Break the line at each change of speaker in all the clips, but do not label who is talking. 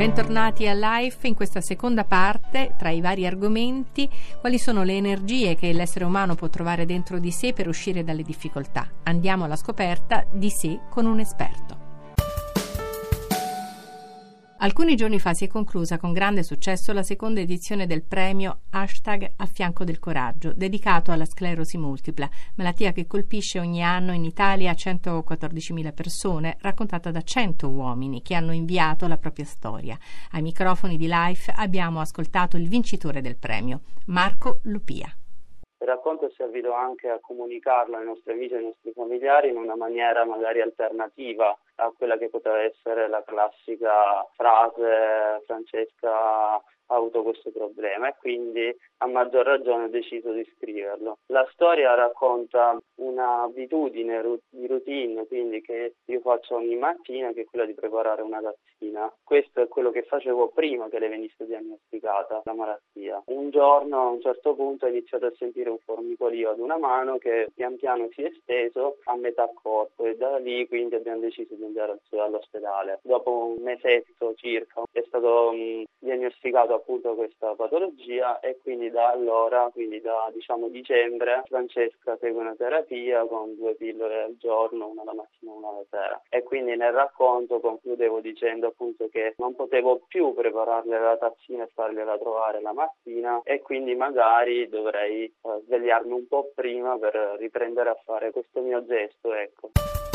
Bentornati a Life. In questa seconda parte, tra i vari argomenti, quali sono le energie che l'essere umano può trovare dentro di sé per uscire dalle difficoltà. Andiamo alla scoperta di sé con un esperto. Alcuni giorni fa si è conclusa con grande successo la seconda edizione del premio #A fianco del coraggio, dedicato alla sclerosi multipla, malattia che colpisce ogni anno in Italia 114.000 persone, raccontata da 100 uomini che hanno inviato la propria storia. Ai microfoni di Life abbiamo ascoltato il vincitore del premio, Marco Lupia.
Il racconto è servito anche a comunicarlo ai nostri amici e ai nostri familiari in una maniera magari alternativa a quella che poteva essere la classica frase Francesca ha avuto questo problema, e quindi a maggior ragione ho deciso di scriverlo. La storia racconta un'abitudine di routine, quindi che io faccio ogni mattina, che è quella di preparare una tazzina. Questo è quello che facevo prima che le venisse diagnosticata la malattia. Un giorno, a un certo punto, ho iniziato a sentire un formicolio ad una mano che pian piano si è esteso a metà corpo, e da lì quindi abbiamo deciso di andare all'ospedale. Dopo un mesetto circa è stato diagnosticato appunto questa patologia, e quindi da allora, quindi da dicembre, Francesca segue una terapia con 2 pillole al giorno, una la mattina e una la sera. E quindi nel racconto concludevo dicendo appunto che non potevo più prepararle la tazzina e fargliela trovare la mattina, e quindi magari dovrei svegliarmi un po' prima per riprendere a fare questo mio gesto, ecco.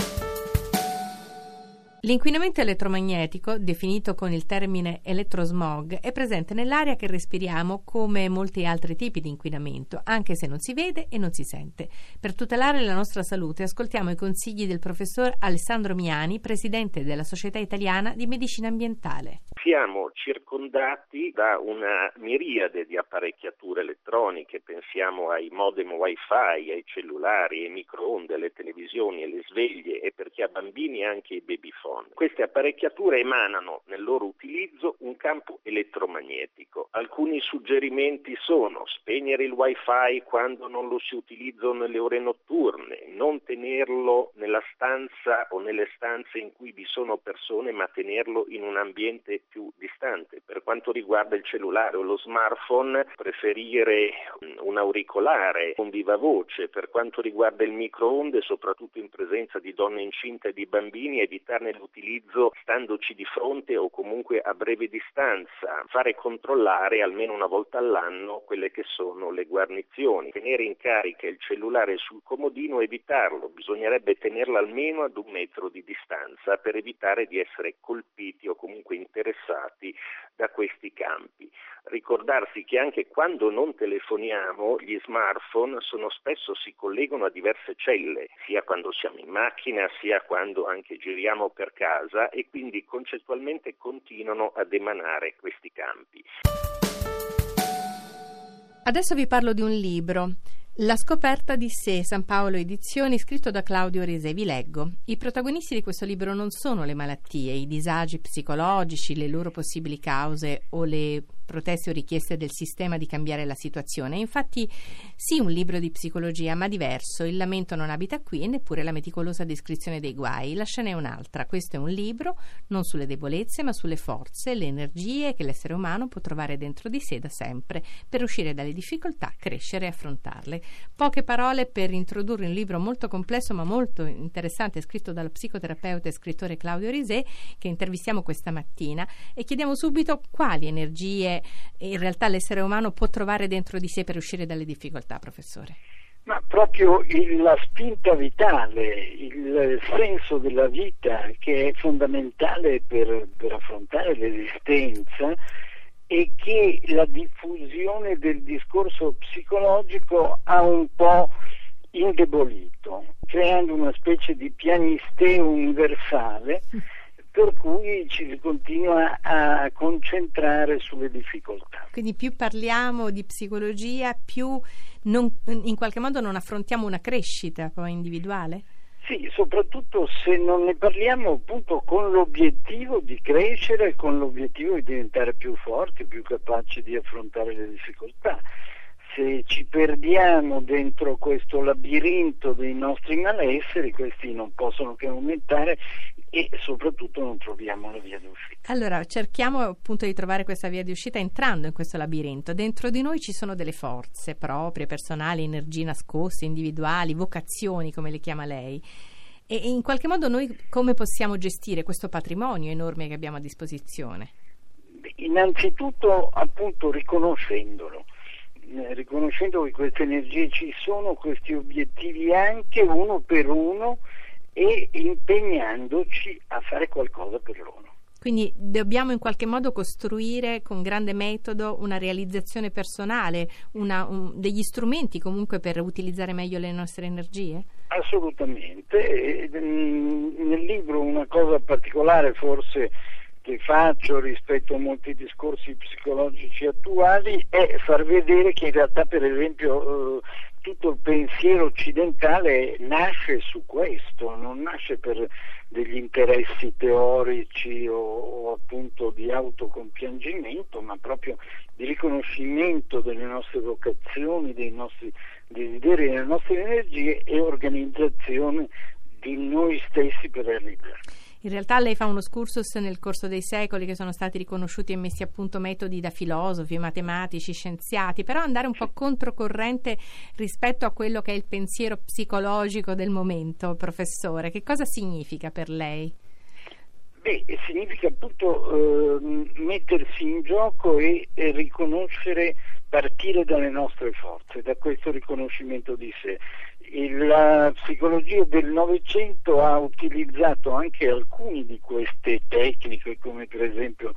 L'inquinamento elettromagnetico, definito con il termine elettrosmog, è presente nell'aria che respiriamo come molti altri tipi di inquinamento, anche se non si vede e non si sente. Per tutelare la nostra salute ascoltiamo i consigli del professor Alessandro Miani, presidente della Società Italiana di Medicina Ambientale.
Siamo circondati da una miriade di apparecchiature elettroniche, pensiamo ai modem wifi, ai cellulari, ai microonde, alle televisioni, alle sveglie, e per chi ha bambini anche i babyphone. Queste apparecchiature emanano nel loro utilizzo un campo elettromagnetico. Alcuni suggerimenti sono: spegnere il wifi quando non lo si utilizza nelle ore notturne, non tenerlo nella stanza o nelle stanze in cui vi sono persone, ma tenerlo in un ambiente più distante. Per quanto riguarda il cellulare o lo smartphone, preferire un auricolare con viva voce. Per quanto riguarda il microonde, soprattutto in presenza di donne incinte e di bambini, evitarne l'utilizzo standoci di fronte o comunque a breve distanza. Fare controllare almeno una volta all'anno quelle che sono le guarnizioni. Tenere in carica il cellulare sul comodino, evitarlo. Bisognerebbe tenerlo almeno ad 1 metro di distanza per evitare di essere colpiti o comunque interessati da questi campi. Ricordarsi che anche quando non telefoniamo, gli smartphone spesso si collegano a diverse celle, sia quando siamo in macchina, sia quando anche giriamo per casa, e quindi concettualmente continuano ad emanare questi campi.
Adesso vi parlo di un libro, La scoperta di sé, San Paolo Edizioni, scritto da Claudio Risè. Vi leggo. I protagonisti di questo libro non sono le malattie, i disagi psicologici, le loro possibili cause o le proteste o richieste del sistema di cambiare la situazione. Infatti sì, un libro di psicologia, ma diverso. Il lamento non abita qui, e neppure la meticolosa descrizione dei guai. La scena è un'altra. Questo è un libro non sulle debolezze, ma sulle forze, le energie che l'essere umano può trovare dentro di sé da sempre per uscire dalle difficoltà, crescere e affrontarle. Poche parole per introdurre un libro molto complesso ma molto interessante, scritto dallo psicoterapeuta e scrittore Claudio Risè, che intervistiamo questa mattina, e chiediamo subito quali energie in realtà l'essere umano può trovare dentro di sé per uscire dalle difficoltà, professore.
Ma proprio la spinta vitale, il senso della vita, che è fondamentale per affrontare l'esistenza, e che la diffusione del discorso psicologico ha un po' indebolito, creando una specie di pianisteo universale per cui ci si continua a concentrare sulle difficoltà.
Quindi più parliamo di psicologia, più in qualche modo non affrontiamo una crescita poi individuale?
Sì, soprattutto se non ne parliamo appunto con l'obiettivo di crescere, con l'obiettivo di diventare più forti, più capaci di affrontare le difficoltà. Se ci perdiamo dentro questo labirinto dei nostri malesseri, questi non possono che aumentare e soprattutto non troviamo la via d'uscita.
Allora, cerchiamo appunto di trovare questa via di uscita entrando in questo labirinto. Dentro di noi ci sono delle forze proprie, personali, energie nascoste, individuali, vocazioni, come le chiama lei. E in qualche modo noi come possiamo gestire questo patrimonio enorme che abbiamo a disposizione?
Innanzitutto appunto riconoscendo che queste energie ci sono, questi obiettivi anche uno per uno, e impegnandoci a fare qualcosa per loro.
Quindi dobbiamo in qualche modo costruire con grande metodo una realizzazione personale, degli strumenti comunque per utilizzare meglio le nostre energie?
Assolutamente. Nel libro una cosa particolare forse che faccio rispetto a molti discorsi psicologici attuali è far vedere che in realtà, per esempio, tutto il pensiero occidentale nasce su questo, non nasce per degli interessi teorici o appunto di autocompiangimento, ma proprio di riconoscimento delle nostre vocazioni, dei nostri desideri, delle nostre energie e organizzazione di noi stessi per realizzarli.
In realtà lei fa uno excursus nel corso dei secoli che sono stati riconosciuti e messi a punto metodi da filosofi, matematici, scienziati, però andare un po' controcorrente rispetto a quello che è il pensiero psicologico del momento, professore. Che cosa significa per lei?
Significa appunto mettersi in gioco e riconoscere, partire dalle nostre forze, da questo riconoscimento di sé. La psicologia del Novecento ha utilizzato anche alcune di queste tecniche, come per esempio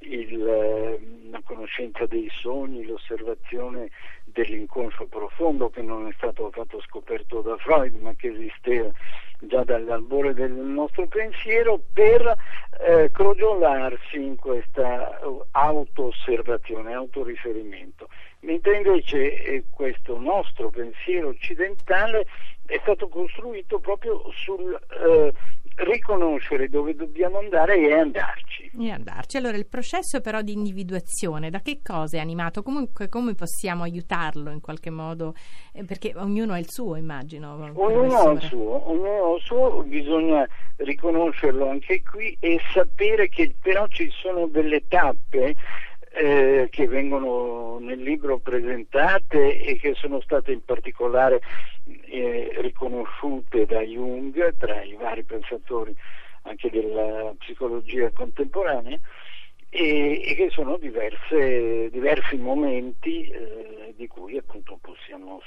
la conoscenza dei sogni, l'osservazione dell'inconscio profondo, che non è stato affatto scoperto da Freud, ma che esisteva già dall'albore del nostro pensiero, per crogiolarsi in questa auto-osservazione, autoriferimento. Mentre invece questo nostro pensiero occidentale è stato costruito proprio sul riconoscere dove dobbiamo andare e andarci.
Allora il processo però di individuazione da che cosa è animato? Comunque come possiamo aiutarlo in qualche modo? Perché ognuno ha il suo, immagino.
Ognuno ha il suo, bisogna riconoscerlo anche qui e sapere che però ci sono delle tappe che vengono nel libro presentate e che sono state in particolare riconosciute da Jung tra i vari pensatori anche della psicologia contemporanea, e che sono diversi momenti di cui appunto possiamo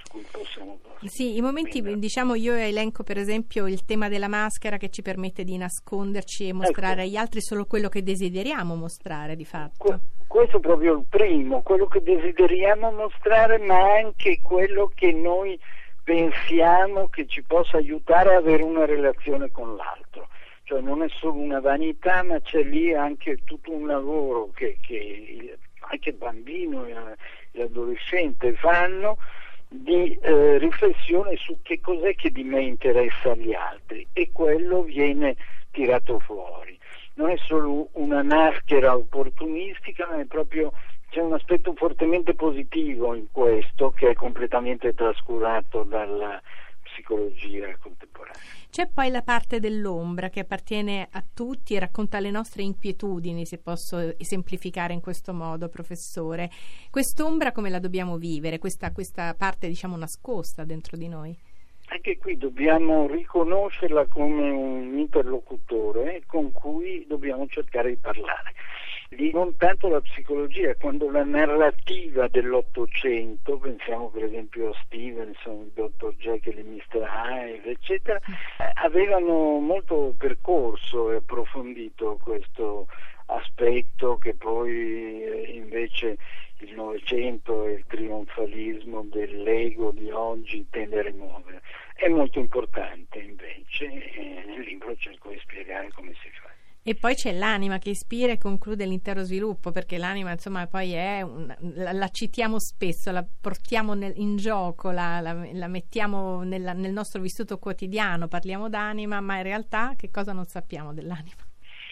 Sì, i momenti, diciamo, io elenco per esempio il tema della maschera, che ci permette di nasconderci e mostrare agli altri solo quello che desideriamo mostrare di fatto.
Questo è proprio il primo, quello che desideriamo mostrare, ma anche quello che noi pensiamo che ci possa aiutare a avere una relazione con l'altro. Cioè non è solo una vanità, ma c'è lì anche tutto un lavoro che anche il bambino e l'adolescente fanno di riflessione su che cos'è che di me interessa agli altri, e quello viene tirato fuori. Non è solo una maschera opportunistica, ma è proprio, c'è un aspetto fortemente positivo in questo, che è completamente trascurato dalla psicologia contemporanea.
C'è poi la parte dell'ombra che appartiene a tutti e racconta le nostre inquietudini, se posso esemplificare in questo modo, professore. Quest'ombra come la dobbiamo vivere, questa parte diciamo nascosta dentro di noi?
Anche qui dobbiamo riconoscerla come un interlocutore con cui dobbiamo cercare di parlare. Non tanto la psicologia, quando la narrativa dell'Ottocento, pensiamo per esempio a Stevenson, il Dr. Jekyll e Mr. Hyde, eccetera, avevano molto percorso e approfondito questo aspetto che poi invece il Novecento e il trionfalismo dell'ego di oggi tende a rimuovere. È molto importante invece, e nel libro cerco di spiegare come si fa.
E poi c'è l'anima che ispira e conclude l'intero sviluppo, perché l'anima insomma poi è la citiamo spesso, la portiamo in gioco, la mettiamo nel nostro vissuto quotidiano, parliamo d'anima, ma in realtà che cosa non sappiamo dell'anima?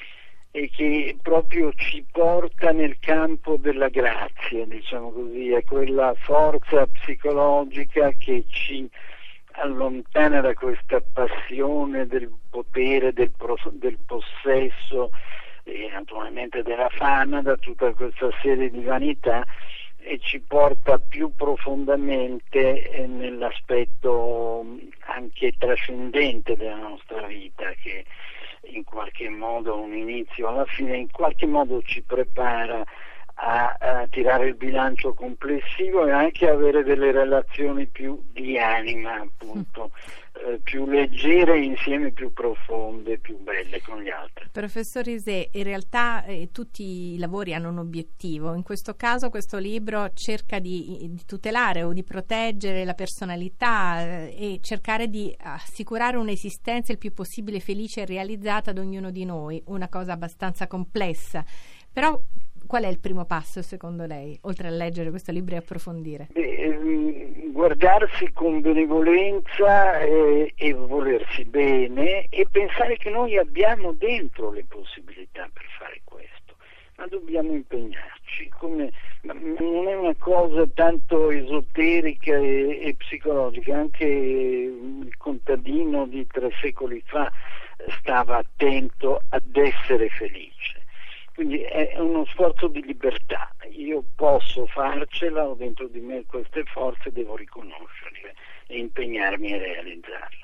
E che proprio ci porta nel campo della grazia, diciamo così, è quella forza psicologica che ci allontana da questa passione del potere, del possesso e naturalmente della fama, da tutta questa serie di vanità, e ci porta più profondamente nell'aspetto anche trascendente della nostra vita, che in qualche modo un inizio alla fine, in qualche modo ci prepara a tirare il bilancio complessivo e anche avere delle relazioni più di anima, appunto, più leggere e insieme più profonde, più belle con gli altri.
Professor Risè, in realtà tutti i lavori hanno un obiettivo. In questo caso questo libro cerca di tutelare o di proteggere la personalità e cercare di assicurare un'esistenza il più possibile felice e realizzata ad ognuno di noi, una cosa abbastanza complessa. Però qual è il primo passo secondo lei, oltre a leggere questo libro e approfondire?
Guardarsi con benevolenza e volersi bene e pensare che noi abbiamo dentro le possibilità per fare questo, ma dobbiamo impegnarci. Non è una cosa tanto esoterica e psicologica, anche il contadino di 3 secoli fa stava attento ad essere felice. Quindi è uno sforzo di libertà. Io posso farcela, ho dentro di me queste forze, devo riconoscerle e impegnarmi a realizzarle.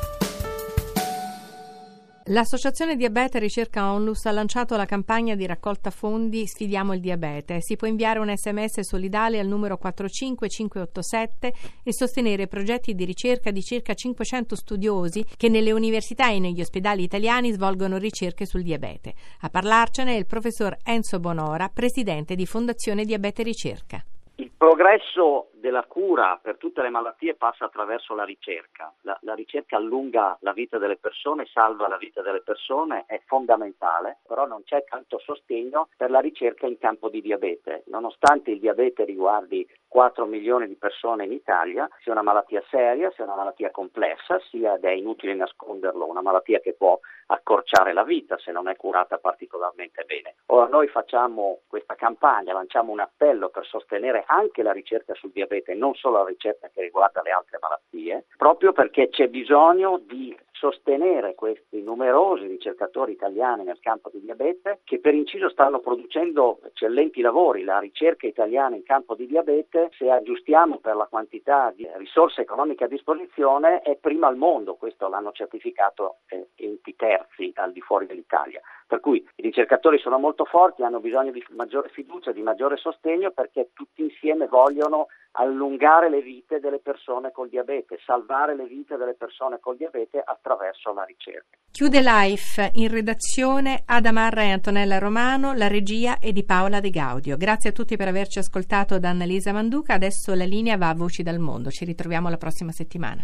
L'Associazione Diabete e Ricerca Onlus ha lanciato la campagna di raccolta fondi Sfidiamo il diabete. Si può inviare un SMS solidale al numero 45587 e sostenere progetti di ricerca di circa 500 studiosi che nelle università e negli ospedali italiani svolgono ricerche sul diabete. A parlarcene è il professor Enzo Bonora, presidente di Fondazione Diabete Ricerca.
Il progresso della cura per tutte le malattie passa attraverso la ricerca. La ricerca allunga la vita delle persone, salva la vita delle persone, è fondamentale, però non c'è tanto sostegno per la ricerca in campo di diabete. Nonostante il diabete riguardi 4 milioni di persone in Italia, sia una malattia seria, sia una malattia complessa, sia, ed è inutile nasconderlo, una malattia che può accorciare la vita se non è curata particolarmente bene. Ora noi facciamo questa campagna, lanciamo un appello per sostenere anche la ricerca sul diabete, non solo la ricerca che riguarda le altre malattie, proprio perché c'è bisogno di sostenere questi numerosi ricercatori italiani nel campo di diabete che per inciso stanno producendo eccellenti lavori. La ricerca italiana in campo di diabete, se aggiustiamo per la quantità di risorse economiche a disposizione, è prima al mondo. Questo l'hanno certificato enti terzi al di fuori dell'Italia. Per cui i ricercatori sono molto forti, hanno bisogno di maggiore fiducia, di maggiore sostegno, perché tutti insieme vogliono allungare le vite delle persone col diabete, salvare le vite delle persone col diabete attraverso la ricerca.
Chiude Life in redazione Adamarra e Antonella Romano, la regia è di Paola De Gaudio. Grazie a tutti per averci ascoltato da Annalisa Manduca. Adesso la linea va a Voci dal Mondo. Ci ritroviamo la prossima settimana.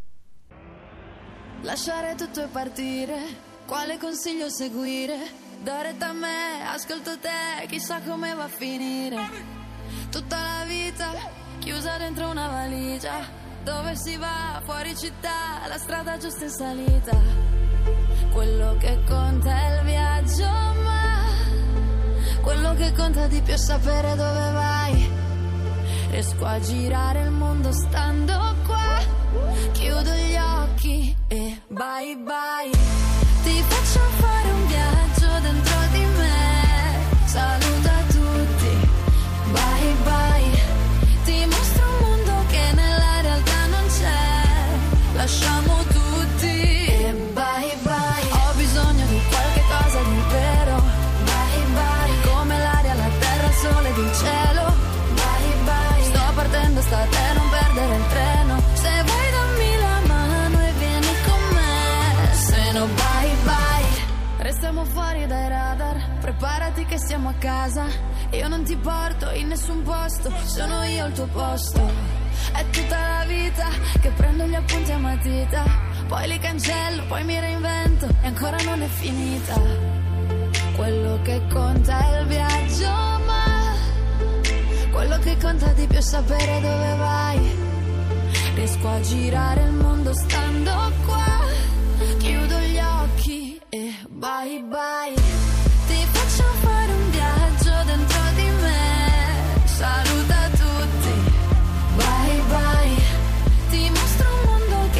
Lasciare tutto e partire. Quale consiglio seguire? Da retta a me, ascolto te, chissà come va a finire. Tutta la vita chiusa dentro una valigia. Dove si va? Fuori città, la strada giusta in salita. Quello che conta è il viaggio, ma quello che conta di più è sapere dove vai. Riesco a girare il mondo stando qua. Chiudo gli occhi e bye bye. Ti faccio fare un viaggio dentro di me. Saluta tutti, bye bye. Ti mostro un mondo che nella realtà non c'è. Lasciamo tutti e bye bye. Ho bisogno di qualche cosa di vero. Bye bye. Come l'aria, la terra, il sole ed il cielo. Bye bye. Sto partendo, sta a te, non perdere il treno. Se vuoi dammi la mano e vieni con me. Se no bye bye. Restiamo fuori dai radar, preparati che siamo a casa. Io non ti porto in nessun posto, sono io al tuo posto. È tutta la vita che prendo gli appunti a matita, poi li cancello, poi mi reinvento e ancora non è finita. Quello che conta è il viaggio, ma quello che conta di più è sapere dove vai. Riesco a girare il mondo stando qua. Chiudo gli occhi e bye bye. Ti faccio fare un viaggio dentro di me. Saluta tutti, bye bye. Ti mostro un mondo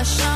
lascia